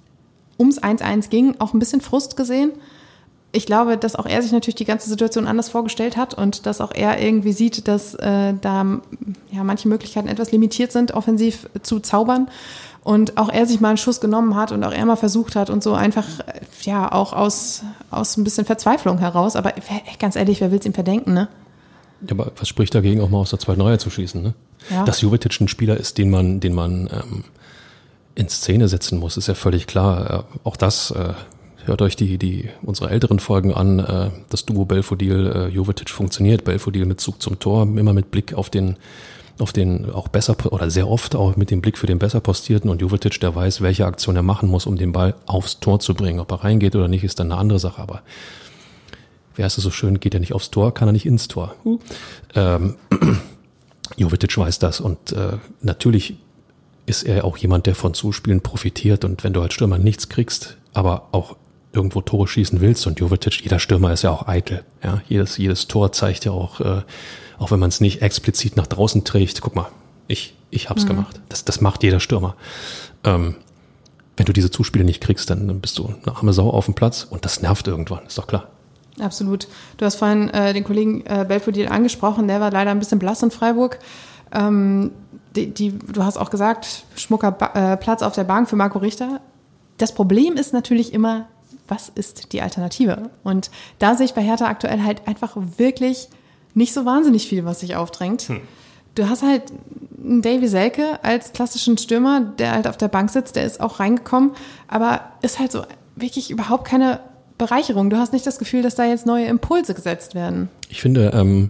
ums eins eins ging, auch ein bisschen Frust gesehen. Ich glaube, dass auch er sich natürlich die ganze Situation anders vorgestellt hat und dass auch er irgendwie sieht, dass äh, da ja manche Möglichkeiten etwas limitiert sind, offensiv zu zaubern. Und auch er sich mal einen Schuss genommen hat und auch er mal versucht hat und so einfach, ja, auch aus, aus ein bisschen Verzweiflung heraus. Aber ganz ehrlich, wer will es ihm verdenken, ne? Ja, aber was spricht dagegen, auch mal aus der zweiten Reihe zu schießen, ne? Ja. Dass Jovetic ein Spieler ist, den man, den man ähm, in Szene setzen muss, ist ja völlig klar. Äh, auch das, äh, hört euch die, die, unsere älteren Folgen an, äh, das Duo Belfodil, äh, Jovetic funktioniert, Belfodil mit Zug zum Tor, immer mit Blick auf den, auf den auch besser, oder sehr oft auch mit dem Blick für den besser postierten, und Jovetic, der weiß, welche Aktion er machen muss, um den Ball aufs Tor zu bringen. Ob er reingeht oder nicht, ist dann eine andere Sache, aber wie heißt es so schön, geht er nicht aufs Tor, kann er nicht ins Tor. Uh. Ähm, Jovetic weiß das, und äh, natürlich ist er auch jemand, der von Zuspielen profitiert, und wenn du als Stürmer nichts kriegst, aber auch irgendwo Tore schießen willst, und Jovetic, jeder Stürmer ist ja auch eitel, ja, jedes, jedes Tor zeigt ja auch, äh, auch wenn man es nicht explizit nach draußen trägt, guck mal, ich, ich hab's mhm. gemacht, das, das macht jeder Stürmer. Ähm, wenn du diese Zuspiele nicht kriegst, dann, dann bist du eine arme Sau auf dem Platz, und das nervt irgendwann, ist doch klar. Absolut. Du hast vorhin äh, den Kollegen äh, Belfodil angesprochen, der war leider ein bisschen blass in Freiburg. Ähm, die, die, du hast auch gesagt, schmucker ba- äh, Platz auf der Bank für Marco Richter. Das Problem ist natürlich immer, was ist die Alternative? Und da sehe ich bei Hertha aktuell halt einfach wirklich nicht so wahnsinnig viel, was sich aufdrängt. Hm. Du hast halt einen Davy Selke als klassischen Stürmer, der halt auf der Bank sitzt, der ist auch reingekommen, aber ist halt so wirklich überhaupt keine Bereicherung. Du hast nicht das Gefühl, dass da jetzt neue Impulse gesetzt werden. Ich finde, ähm,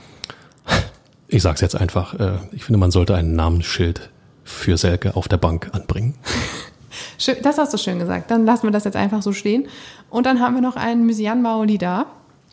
ich sag's jetzt einfach, äh, ich finde, man sollte ein Namensschild für Selke auf der Bank anbringen. Schön, das hast du schön gesagt. Dann lassen wir das jetzt einfach so stehen. Und dann haben wir noch einen Mysian Maoli da,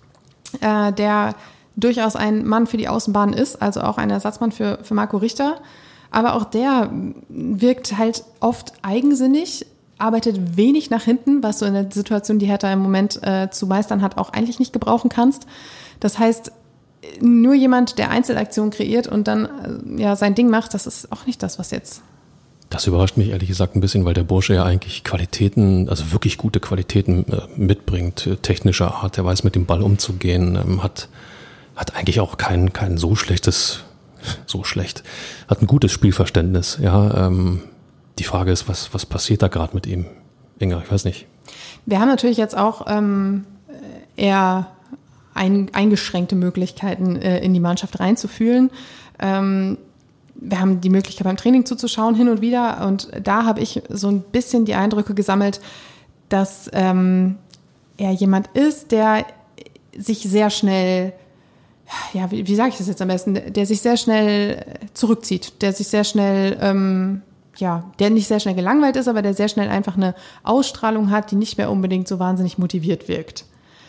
äh, der durchaus ein Mann für die Außenbahn ist, also auch ein Ersatzmann für, für Marco Richter. Aber auch der wirkt halt oft eigensinnig, arbeitet wenig nach hinten, was du in der Situation, die Hertha im Moment äh, zu meistern hat, auch eigentlich nicht gebrauchen kannst. Das heißt, nur jemand, der Einzelaktionen kreiert und dann äh, ja sein Ding macht, das ist auch nicht das, was jetzt... Das überrascht mich ehrlich gesagt ein bisschen, weil der Bursche ja eigentlich Qualitäten, also wirklich gute Qualitäten äh, mitbringt, äh, technischer Art. Der weiß, mit dem Ball umzugehen, ähm, hat hat eigentlich auch kein kein so schlechtes, so schlecht, hat ein gutes Spielverständnis. Ja, ähm, die Frage ist, was was passiert da gerade mit ihm, Inga? Ich weiß nicht. Wir haben natürlich jetzt auch ähm, eher ein, eingeschränkte Möglichkeiten, äh, in die Mannschaft reinzufühlen. Ähm, Wir haben die Möglichkeit, beim Training zuzuschauen, hin und wieder. Und da habe ich so ein bisschen die Eindrücke gesammelt, dass ähm, er jemand ist, der sich sehr schnell, ja, wie, wie sage ich das jetzt am besten, der sich sehr schnell zurückzieht, der sich sehr schnell, ähm, ja, der nicht sehr schnell gelangweilt ist, aber der sehr schnell einfach eine Ausstrahlung hat, die nicht mehr unbedingt so wahnsinnig motiviert wirkt.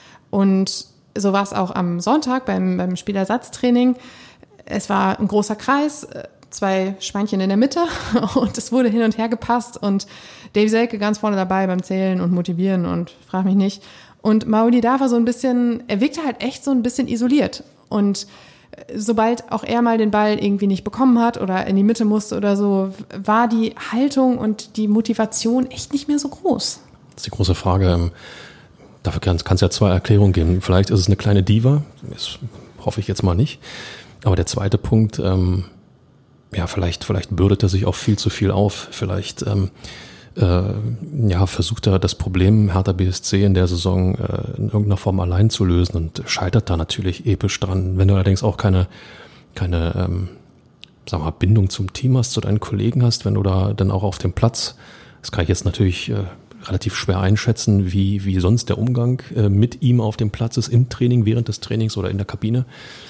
Und so war es auch am Sonntag beim, beim Spielersatztraining. Es war ein großer Kreis, zwei Schweinchen in der Mitte, und es wurde hin und her gepasst, und Davy Selke ganz vorne dabei beim Zählen und Motivieren und frag mich nicht. Und Maoli da war so ein bisschen, er wirkte halt echt so ein bisschen isoliert. Und sobald auch er mal den Ball irgendwie nicht bekommen hat oder in die Mitte musste oder so, war die Haltung und die Motivation echt nicht mehr so groß. Das ist die große Frage. Dafür kann es ja zwei Erklärungen geben. Vielleicht ist es eine kleine Diva, das hoffe ich jetzt mal nicht. Aber der zweite Punkt, ähm, ja, vielleicht, vielleicht bürdet er sich auch viel zu viel auf. Vielleicht, ähm, äh, ja, versucht er das Problem Hertha B S C in der Saison äh, in irgendeiner Form allein zu lösen und scheitert da natürlich episch dran. Wenn du allerdings auch keine, keine, ähm, sagen wir mal, Bindung zum Team hast, zu deinen Kollegen hast, wenn du da dann auch auf dem Platz, das kann ich jetzt natürlich äh, relativ schwer einschätzen, wie, wie sonst der Umgang äh, mit ihm auf dem Platz ist, im Training, während des Trainings oder in der Kabine.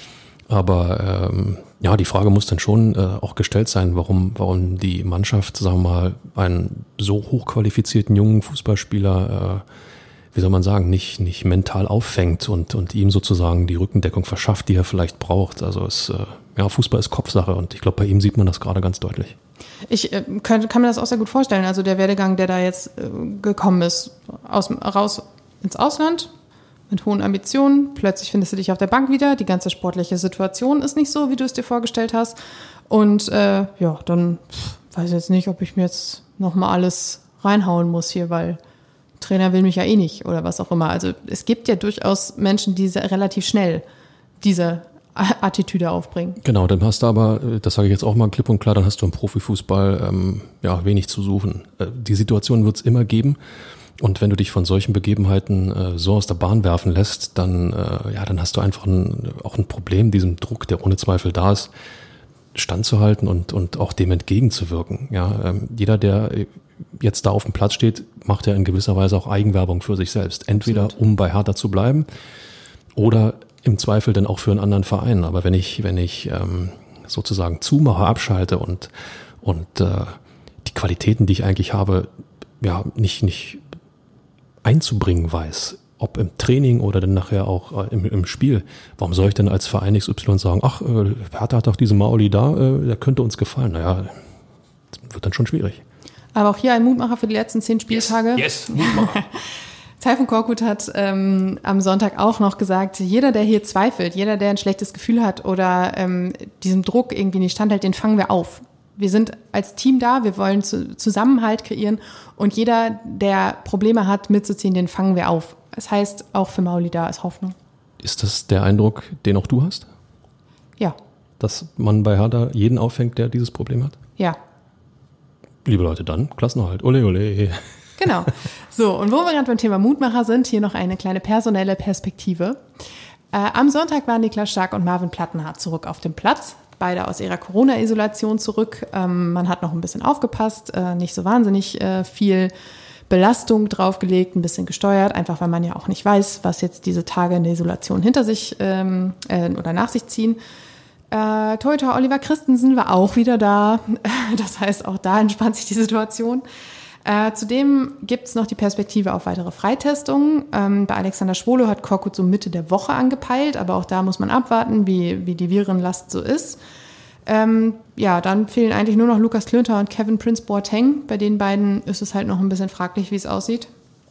Aber ähm, ja, die Frage muss dann schon äh, auch gestellt sein, warum warum die Mannschaft, sagen wir mal, einen so hochqualifizierten jungen Fußballspieler, äh, wie soll man sagen, nicht nicht mental auffängt und und ihm sozusagen die Rückendeckung verschafft, die er vielleicht braucht. Also es äh, ja, Fußball ist Kopfsache, und ich glaube, bei ihm sieht man das gerade ganz deutlich. Ich äh, kann, kann mir das auch sehr gut vorstellen. Also der Werdegang, der da jetzt äh, gekommen ist, aus, raus ins Ausland, mit hohen Ambitionen, plötzlich findest du dich auf der Bank wieder, die ganze sportliche Situation ist nicht so, wie du es dir vorgestellt hast, und äh, ja, dann pff, weiß ich jetzt nicht, ob ich mir jetzt nochmal alles reinhauen muss hier, weil Trainer will mich ja eh nicht oder was auch immer. Also es gibt ja durchaus Menschen, die relativ schnell diese Attitüde aufbringen. Genau, dann hast du aber, das sage ich jetzt auch mal klipp und klar, dann hast du im Profifußball ähm, ja wenig zu suchen. Äh, die Situation wird es immer geben. Und wenn du dich von solchen Begebenheiten äh, so aus der Bahn werfen lässt, dann äh, ja, dann hast du einfach ein, auch ein Problem, diesem Druck, der ohne Zweifel da ist. standzuhalten und, und auch dem entgegenzuwirken. Ja, ähm, jeder, der jetzt da auf dem Platz steht, macht ja in gewisser Weise auch Eigenwerbung für sich selbst. Entweder Absolut. um bei Hertha zu bleiben oder im Zweifel dann auch für einen anderen Verein. Aber wenn ich, wenn ich ähm, sozusagen zumache, abschalte und, und äh, die Qualitäten, die ich eigentlich habe, ja, nicht, nicht einzubringen weiß, ob im Training oder dann nachher auch äh, im, im Spiel, warum soll ich denn als Verein X Y sagen, ach, äh, Hertha hat doch diesen Maoli da, äh, der könnte uns gefallen. Naja, wird dann schon schwierig. Aber auch hier ein Mutmacher für die letzten zehn Spieltage. Yes, yes, Mutmacher. Tayfun Korkut hat ähm, am Sonntag auch noch gesagt, jeder, der hier zweifelt, jeder, der ein schlechtes Gefühl hat oder ähm, diesem Druck irgendwie nicht standhält, den fangen wir auf. Wir sind als Team da, wir wollen zu, Zusammenhalt kreieren und jeder, der Probleme hat, mitzuziehen, den fangen wir auf. Das heißt, auch für Maoli da ist Hoffnung. Ist das der Eindruck, den auch du hast? Ja. Dass man bei Hertha jeden auffängt, der dieses Problem hat? Ja. Liebe Leute, dann Klassenerhalt. Ole, ole. Genau. So, und wo wir gerade beim Thema Mutmacher sind, hier noch eine kleine personelle Perspektive. Äh, am Sonntag waren Niklas Stark und Marvin Plattenhardt zurück auf dem Platz. Beide aus ihrer Corona-Isolation zurück. Ähm, man hat noch ein bisschen aufgepasst, äh, nicht so wahnsinnig äh, viel Belastung draufgelegt, ein bisschen gesteuert, einfach weil man ja auch nicht weiß, was jetzt diese Tage in der Isolation hinter sich ähm, äh, oder nach sich ziehen. Äh, Torhüter Oliver Christensen war auch wieder da. Das heißt, auch da entspannt sich die Situation. Äh, zudem gibt es noch die Perspektive auf weitere Freitestungen. Ähm, bei Alexander Schwolo hat Korkut so Mitte der Woche angepeilt, aber auch da muss man abwarten, wie, wie die Virenlast so ist. Ähm, ja, dann fehlen eigentlich nur noch Lukas Klünter und Kevin Prince Boateng. Bei den beiden ist es halt noch ein bisschen fraglich, wie es aussieht.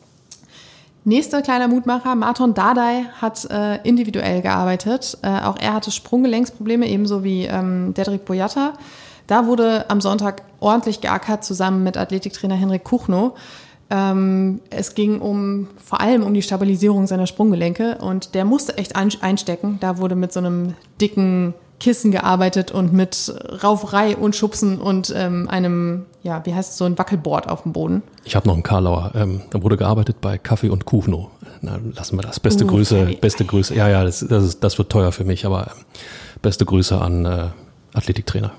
Nächster kleiner Mutmacher, Marton Dardai hat äh, individuell gearbeitet. Äh, auch er hatte Sprunggelenksprobleme, ebenso wie ähm, Dedrick Boyata. Da wurde am Sonntag ordentlich geackert, zusammen mit Athletiktrainer Henrik Kuchno. Ähm, es ging um vor allem um die Stabilisierung seiner Sprunggelenke und der musste echt einstecken. Da wurde mit so einem dicken Kissen gearbeitet und mit Rauferei und Schubsen und ähm, einem, ja, wie heißt es, so ein Wackelboard auf dem Boden. Ich habe noch einen Karlauer. Ähm, da wurde gearbeitet bei Kaffee und Kuchno. Na, lassen wir das. Beste uh, Grüße, hey. beste Grüße. Ja, ja, das, das, ist, das wird teuer für mich, aber ähm, beste Grüße an äh, Athletiktrainer.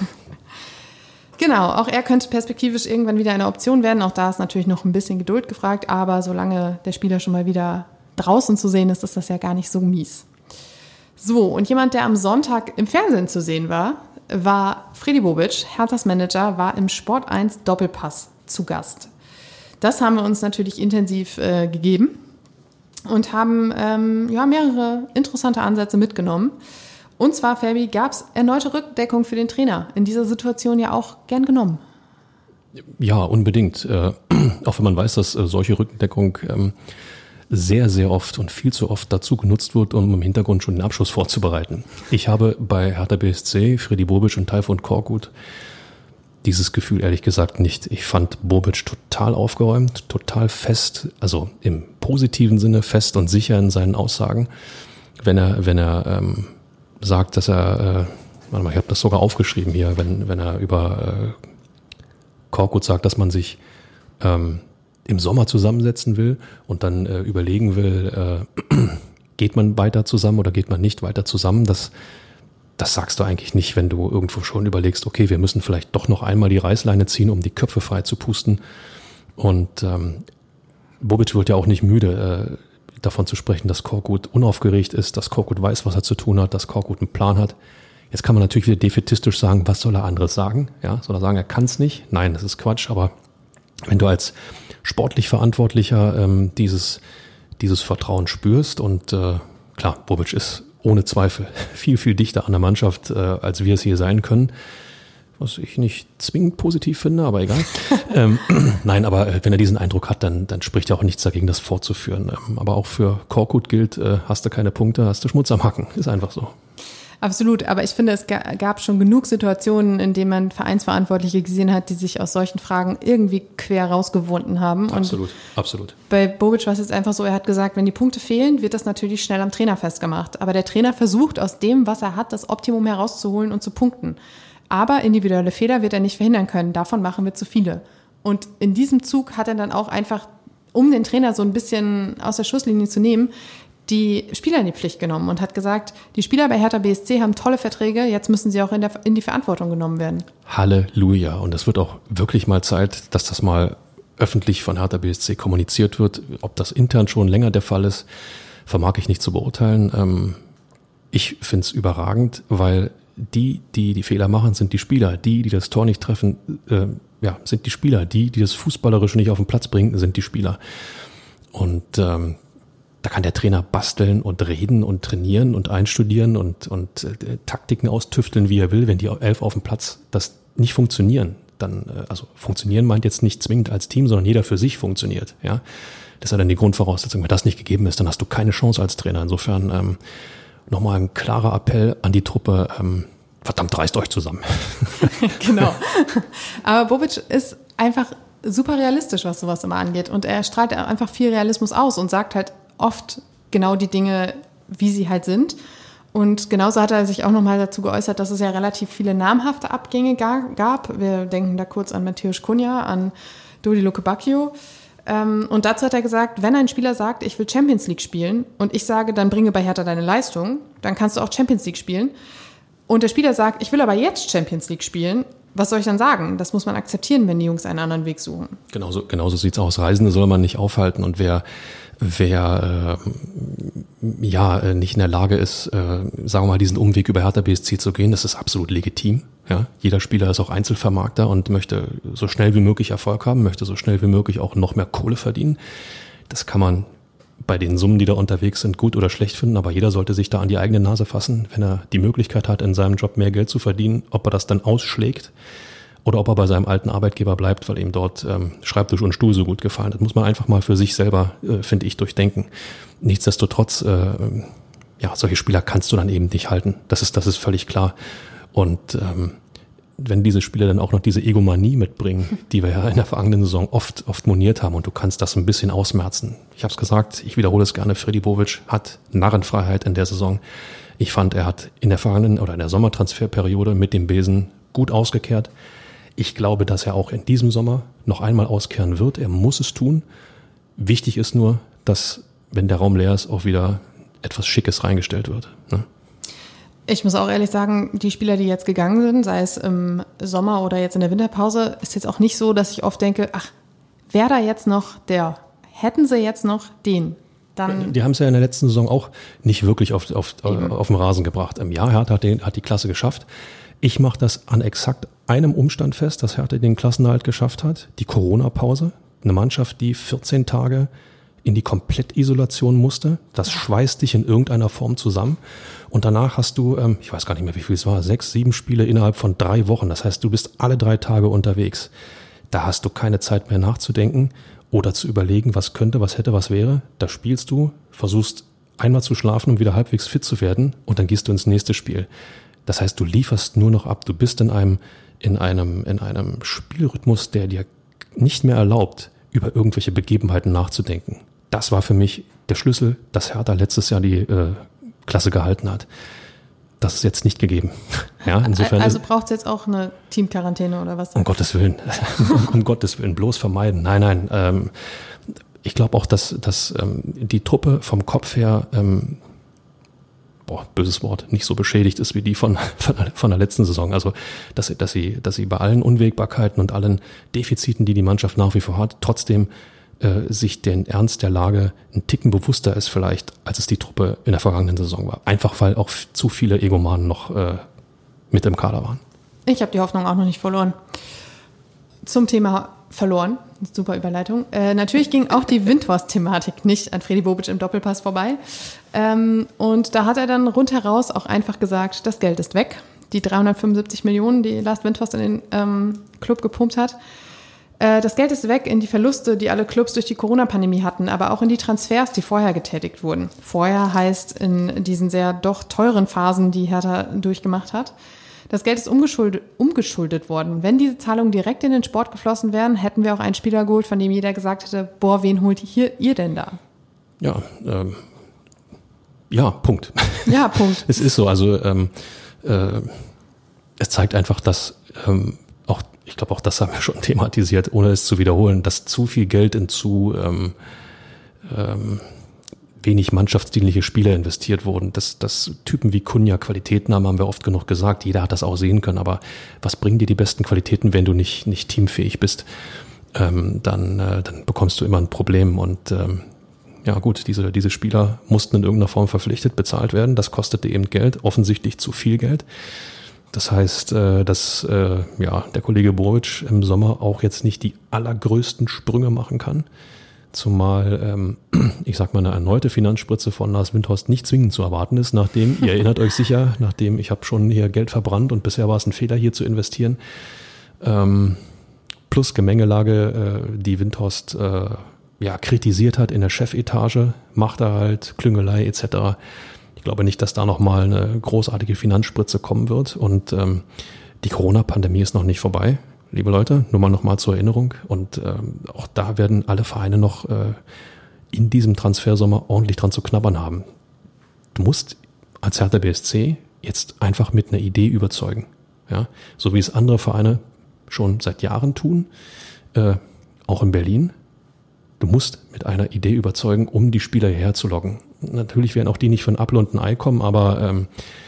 Genau, auch er könnte perspektivisch irgendwann wieder eine Option werden. Auch da ist natürlich noch ein bisschen Geduld gefragt, aber solange der Spieler schon mal wieder draußen zu sehen ist, ist das ja gar nicht so mies. So, und jemand, der am Sonntag im Fernsehen zu sehen war, war Fredi Bobic, Herthas Manager, war im Sport eins Doppelpass zu Gast. Das haben wir uns natürlich intensiv äh, gegeben und haben ähm, ja, mehrere interessante Ansätze mitgenommen. Und zwar, Fabi, gab es erneute Rückdeckung für den Trainer. In dieser Situation ja auch gern genommen. Ja, unbedingt. Äh, auch wenn man weiß, dass äh, solche Rückendeckung ähm, sehr, sehr oft und viel zu oft dazu genutzt wird, um im Hintergrund schon den Abschluss vorzubereiten. Ich habe bei Hertha B S C, Fredi Bobic und Tayfun Korkut dieses Gefühl ehrlich gesagt nicht. Ich fand Bobic total aufgeräumt, total fest, also im positiven Sinne fest und sicher in seinen Aussagen. Wenn er, wenn er ähm, sagt, dass er, äh, warte mal, ich habe das sogar aufgeschrieben hier, wenn, wenn er über äh, Korkut sagt, dass man sich ähm, im Sommer zusammensetzen will und dann äh, überlegen will, äh, geht man weiter zusammen oder geht man nicht weiter zusammen, das, das sagst du eigentlich nicht, wenn du irgendwo schon überlegst, okay, wir müssen vielleicht doch noch einmal die Reißleine ziehen, um die Köpfe frei zu pusten. Und ähm, Bobic wird ja auch nicht müde, äh, davon zu sprechen, dass Korkut unaufgeregt ist, dass Korkut weiß, was er zu tun hat, dass Korkut einen Plan hat. Jetzt kann man natürlich wieder defätistisch sagen, was soll er anderes sagen? Ja, soll er sagen, er kann es nicht? Nein, das ist Quatsch, aber wenn du als sportlich Verantwortlicher ähm, dieses, dieses Vertrauen spürst und äh, klar, Bobic ist ohne Zweifel viel, viel dichter an der Mannschaft, äh, als wir es hier sein können, was ich nicht zwingend positiv finde, aber egal. ähm, nein, aber äh, wenn er diesen Eindruck hat, dann, dann spricht ja auch nichts dagegen, das fortzuführen. Ähm, aber auch für Korkut gilt, äh, hast du keine Punkte, hast du Schmutz am Hacken. Ist einfach so. Absolut, aber ich finde, es gab schon genug Situationen, in denen man Vereinsverantwortliche gesehen hat, die sich aus solchen Fragen irgendwie quer rausgewunden haben. Absolut, und absolut. Bei Bobic war es jetzt einfach so, er hat gesagt, wenn die Punkte fehlen, wird das natürlich schnell am Trainer festgemacht. Aber der Trainer versucht aus dem, was er hat, das Optimum herauszuholen und zu punkten. Aber individuelle Fehler wird er nicht verhindern können, davon machen wir zu viele. Und in diesem Zug hat er dann auch einfach, um den Trainer so ein bisschen aus der Schusslinie zu nehmen, die Spieler in die Pflicht genommen und hat gesagt, die Spieler bei Hertha B S C haben tolle Verträge, jetzt müssen sie auch in, der, in die Verantwortung genommen werden. Halleluja. Und es wird auch wirklich mal Zeit, dass das mal öffentlich von Hertha B S C kommuniziert wird. Ob das intern schon länger der Fall ist, vermag ich nicht zu beurteilen. Ich finde es überragend, weil die, die die Fehler machen, sind die Spieler. Die, die das Tor nicht treffen, äh, ja, sind die Spieler. Die, die das Fußballerische nicht auf den Platz bringen, sind die Spieler. Und ähm, da kann der Trainer basteln und reden und trainieren und einstudieren und, und äh, Taktiken austüfteln, wie er will. Wenn die Elf auf dem Platz das nicht funktionieren, dann, äh, also funktionieren meint jetzt nicht zwingend als Team, sondern jeder für sich funktioniert. Ja, das ist ja dann die Grundvoraussetzung. Wenn das nicht gegeben ist, dann hast du keine Chance als Trainer. Insofern ähm, nochmal ein klarer Appell an die Truppe, ähm, verdammt, reißt euch zusammen. Genau. Aber Bobic ist einfach super realistisch, was sowas immer angeht. Und er strahlt einfach viel Realismus aus und sagt halt oft genau die Dinge, wie sie halt sind. Und genauso hat er sich auch nochmal dazu geäußert, dass es ja relativ viele namhafte Abgänge gab. Wir denken da kurz an Matthäus Cunha, an Dodi Lukebakio. Und dazu hat er gesagt, wenn ein Spieler sagt, ich will Champions League spielen und ich sage, dann bringe bei Hertha deine Leistung, dann kannst du auch Champions League spielen. Und der Spieler sagt, ich will aber jetzt Champions League spielen, was soll ich dann sagen? Das muss man akzeptieren, wenn die Jungs einen anderen Weg suchen. Genauso, genauso sieht's aus. Reisende soll man nicht aufhalten und wer wer äh, ja nicht in der Lage ist, äh, sagen wir mal, diesen Umweg über Hertha B S C zu gehen, das ist absolut legitim. Ja, jeder Spieler ist auch Einzelvermarkter und möchte so schnell wie möglich Erfolg haben, möchte so schnell wie möglich auch noch mehr Kohle verdienen. Das kann man bei den Summen, die da unterwegs sind, gut oder schlecht finden, aber jeder sollte sich da an die eigene Nase fassen, wenn er die Möglichkeit hat, in seinem Job mehr Geld zu verdienen, ob er das dann ausschlägt oder ob er bei seinem alten Arbeitgeber bleibt, weil ihm dort ähm, Schreibtisch und Stuhl so gut gefallen. Das muss man einfach mal für sich selber, äh, finde ich, durchdenken. Nichtsdestotrotz, äh, ja, solche Spieler kannst du dann eben nicht halten. Das ist, das ist völlig klar. Und ähm, wenn diese Spieler dann auch noch diese Egomanie mitbringen, die wir ja in der vergangenen Saison oft, oft moniert haben, und du kannst das ein bisschen ausmerzen. Ich habe es gesagt, ich wiederhole es gerne, Freddy Bobic hat Narrenfreiheit in der Saison. Ich fand, er hat in der vergangenen oder in der Sommertransferperiode mit dem Besen gut ausgekehrt. Ich glaube, dass er auch in diesem Sommer noch einmal auskehren wird. Er muss es tun. Wichtig ist nur, dass, wenn der Raum leer ist, auch wieder etwas Schickes reingestellt wird. Ne? Ich muss auch ehrlich sagen, die Spieler, die jetzt gegangen sind, sei es im Sommer oder jetzt in der Winterpause, ist jetzt auch nicht so, dass ich oft denke, ach, wäre da jetzt noch der, hätten sie jetzt noch den, dann... Die haben es ja in der letzten Saison auch nicht wirklich auf, auf, auf den Rasen gebracht. Ja, Hertha hat, den, hat die Klasse geschafft. Ich mache das an exakt einem Umstand fest, dass Hertha den Klassenerhalt geschafft hat, die Corona-Pause. Eine Mannschaft, die vierzehn Tage in die Komplettisolation musste. Das schweißt dich in irgendeiner Form zusammen. Und danach hast du, ähm, ich weiß gar nicht mehr, wie viel es war, sechs, sieben Spiele innerhalb von drei Wochen. Das heißt, du bist alle drei Tage unterwegs. Da hast du keine Zeit mehr nachzudenken oder zu überlegen, was könnte, was hätte, was wäre. Da spielst du, versuchst einmal zu schlafen, um wieder halbwegs fit zu werden, und dann gehst du ins nächste Spiel. Das heißt, du lieferst nur noch ab. Du bist in einem, in einem, in einem Spielrhythmus, der dir nicht mehr erlaubt, über irgendwelche Begebenheiten nachzudenken. Das war für mich der Schlüssel, dass Hertha letztes Jahr die äh, Klasse gehalten hat. Das ist jetzt nicht gegeben. Ja, insofern also braucht es jetzt auch eine Teamquarantäne oder was? Um Gottes Willen. um Gottes Willen. Bloß vermeiden. Nein, nein. Ähm, ich glaube auch, dass, dass ähm, die Truppe vom Kopf her, ähm, boah, böses Wort, nicht so beschädigt ist wie die von, von, von der letzten Saison. Also, dass, dass sie, dass sie bei allen Unwägbarkeiten und allen Defiziten, die die Mannschaft nach wie vor hat, trotzdem äh, sich den Ernst der Lage einen Ticken bewusster ist vielleicht, als es die Truppe in der vergangenen Saison war. Einfach, weil auch zu viele Egomanen noch äh, mit im Kader waren. Ich habe die Hoffnung auch noch nicht verloren. Zum Thema verloren, super Überleitung. Äh, natürlich ging auch die Windhorst-Thematik nicht an Freddy Bobic im Doppelpass vorbei. Ähm, und da hat er dann rundheraus auch einfach gesagt, das Geld ist weg. Die dreihundertfünfundsiebzig Millionen, die Lars Windhorst in den ähm, Club gepumpt hat. Äh, das Geld ist weg in die Verluste, die alle Clubs durch die Corona-Pandemie hatten, aber auch in die Transfers, die vorher getätigt wurden. Vorher heißt in diesen sehr doch teuren Phasen, die Hertha durchgemacht hat. Das Geld ist umgeschuldet, umgeschuldet worden. Wenn diese Zahlungen direkt in den Sport geflossen wären, hätten wir auch einen Spieler geholt, von dem jeder gesagt hätte, boah, wen holt hier ihr denn da? Ja, ähm, ja, Punkt. Ja, Punkt. Es ist so, also ähm, äh, es zeigt einfach, dass ähm, auch, ich glaube auch das haben wir schon thematisiert, ohne es zu wiederholen, dass zu viel Geld in zu ähm, ähm, wenig mannschaftsdienliche Spieler investiert wurden. Dass, dass Typen wie Cunha Qualitäten haben, haben wir oft genug gesagt. Jeder hat das auch sehen können. Aber was bringen dir die besten Qualitäten, wenn du nicht, nicht teamfähig bist? Ähm, dann, äh, dann bekommst du immer ein Problem. Und ähm, ja gut, diese, diese Spieler mussten in irgendeiner Form verpflichtet, bezahlt werden. Das kostete eben Geld, offensichtlich zu viel Geld. Das heißt, äh, dass äh, ja, der Kollege Bobic im Sommer auch jetzt nicht die allergrößten Sprünge machen kann. Zumal, ähm, ich sag mal, eine erneute Finanzspritze von Lars Windhorst nicht zwingend zu erwarten ist, nachdem, ihr erinnert euch sicher, nachdem ich habe schon hier Geld verbrannt und bisher war es ein Fehler, hier zu investieren. Ähm, plus Gemengelage, äh, die Windhorst äh, ja, kritisiert hat in der Chefetage, macht er halt, Klüngelei et cetera. Ich glaube nicht, dass da nochmal eine großartige Finanzspritze kommen wird. Und ähm, die Corona-Pandemie ist noch nicht vorbei. Liebe Leute, nur mal nochmal zur Erinnerung. Und ähm, auch da werden alle Vereine noch äh, in diesem Transfersommer ordentlich dran zu knabbern haben. Du musst als Hertha B S C jetzt einfach mit einer Idee überzeugen. Ja? So wie es andere Vereine schon seit Jahren tun, äh, auch in Berlin. Du musst mit einer Idee überzeugen, um die Spieler hierher zu locken. Natürlich werden auch die nicht für ein Apfel und ein Ei kommen, aber ähm,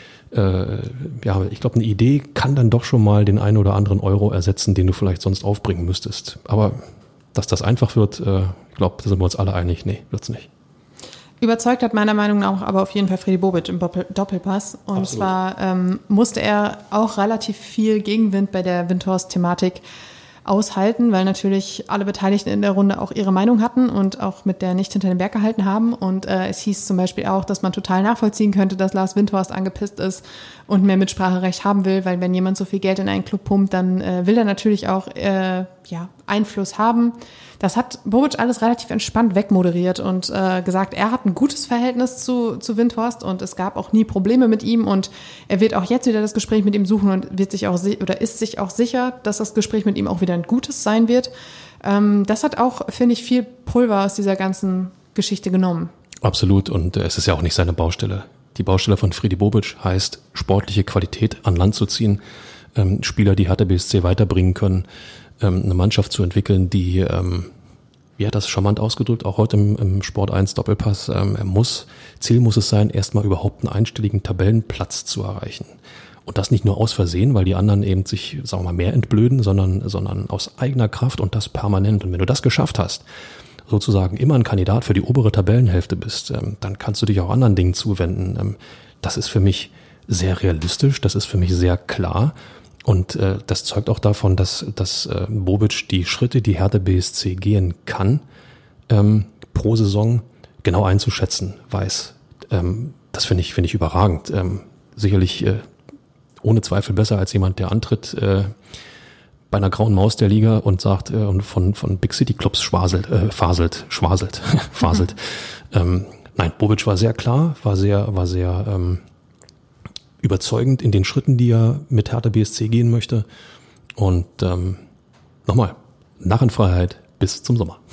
Äh, ja, ich glaube, eine Idee kann dann doch schon mal den einen oder anderen Euro ersetzen, den du vielleicht sonst aufbringen müsstest. Aber dass das einfach wird, äh, ich glaube, da sind wir uns alle einig. Nee, wird's nicht. Überzeugt hat meiner Meinung nach aber auf jeden Fall Fredi Bobic im Doppelpass. Und Absolut. zwar ähm, musste er auch relativ viel Gegenwind bei der Windhorst-Thematik aushalten, weil natürlich alle Beteiligten in der Runde auch ihre Meinung hatten und auch mit der nicht hinter den Berg gehalten haben. Und äh, es hieß zum Beispiel auch, dass man total nachvollziehen könnte, dass Lars Windhorst angepisst ist und mehr Mitspracherecht haben will, weil wenn jemand so viel Geld in einen Club pumpt, dann äh, will er natürlich auch äh, ja, Einfluss haben. Das hat Bobic alles relativ entspannt wegmoderiert und äh, gesagt, er hat ein gutes Verhältnis zu, zu Windhorst und es gab auch nie Probleme mit ihm und er wird auch jetzt wieder das Gespräch mit ihm suchen und wird sich auch oder ist sich auch sicher, dass das Gespräch mit ihm auch wieder ein gutes sein wird. Ähm, das hat auch, finde ich, viel Pulver aus dieser ganzen Geschichte genommen. Absolut, und äh, es ist ja auch nicht seine Baustelle. Die Baustelle von Fredi Bobic heißt, sportliche Qualität an Land zu ziehen, ähm, Spieler, die Hertha B S C weiterbringen können, ähm, eine Mannschaft zu entwickeln, die, ähm, wie hat das charmant ausgedrückt, auch heute im, im Sport eins Doppelpass, ähm, er muss, Ziel muss es sein, erstmal überhaupt einen einstelligen Tabellenplatz zu erreichen. Und das nicht nur aus Versehen, weil die anderen eben sich, sagen wir mal, mehr entblöden, sondern, sondern aus eigener Kraft und das permanent. Und wenn du das geschafft hast, sozusagen immer ein Kandidat für die obere Tabellenhälfte bist, ähm, dann kannst du dich auch anderen Dingen zuwenden. Ähm, das ist für mich sehr realistisch, das ist für mich sehr klar. Und äh, das zeugt auch davon, dass, dass äh, Bobic die Schritte, die Hertha B S C gehen kann, ähm, pro Saison genau einzuschätzen weiß. Ähm, das finde ich, finde ich überragend. Ähm, sicherlich äh, ohne Zweifel besser als jemand, der antritt äh, bei einer grauen Maus der Liga und sagt äh, und von von Big City Clubs schwaselt, äh, faselt, schwaselt, faselt. ähm, nein, Bobic war sehr klar, war sehr, war sehr ähm, überzeugend in den Schritten, die er mit Hertha B S C gehen möchte. Und ähm, nochmal, Narrenfreiheit bis zum Sommer.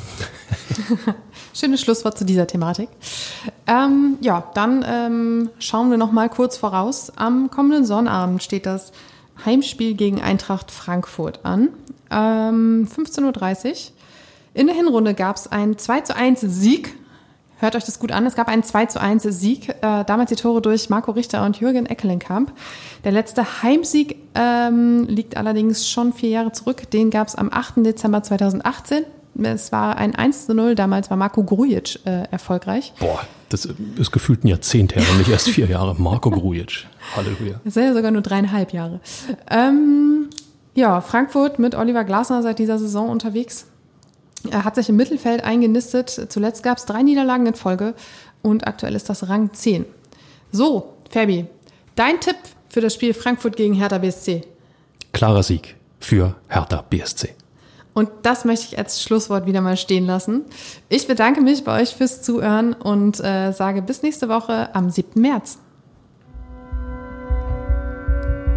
Schönes Schlusswort zu dieser Thematik. Ähm, ja, dann ähm, schauen wir noch mal kurz voraus. Am kommenden Sonnabend steht das Heimspiel gegen Eintracht Frankfurt an. Ähm, fünfzehn Uhr dreißig. In der Hinrunde gab es einen zwei zu eins Sieg. Hört euch das gut an. Es gab einen zwei zu eins Sieg. Äh, damals die Tore durch Marco Richter und Jürgen Eckelenkamp. Der letzte Heimsieg ähm, liegt allerdings schon vier Jahre zurück. Den gab es am achten Dezember zweitausendachtzehn. Es war ein eins zu null. Damals war Marko Grujic äh, erfolgreich. Boah, das ist gefühlt ein Jahrzehnt her und nicht erst vier Jahre. Marko Grujic. Halleluja. Das sind ja sogar nur dreieinhalb Jahre. Ähm, ja, Frankfurt mit Oliver Glasner seit dieser Saison unterwegs. Er hat sich im Mittelfeld eingenistet. Zuletzt gab es drei Niederlagen in Folge und aktuell ist das Rang zehn. So, Fabi, dein Tipp für das Spiel Frankfurt gegen Hertha B S C? Klarer Sieg für Hertha B S C. Und das möchte ich als Schlusswort wieder mal stehen lassen. Ich bedanke mich bei euch fürs Zuhören und äh, sage bis nächste Woche am siebten März.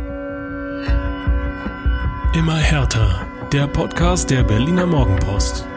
Immer härter. Der Podcast der Berliner Morgenpost.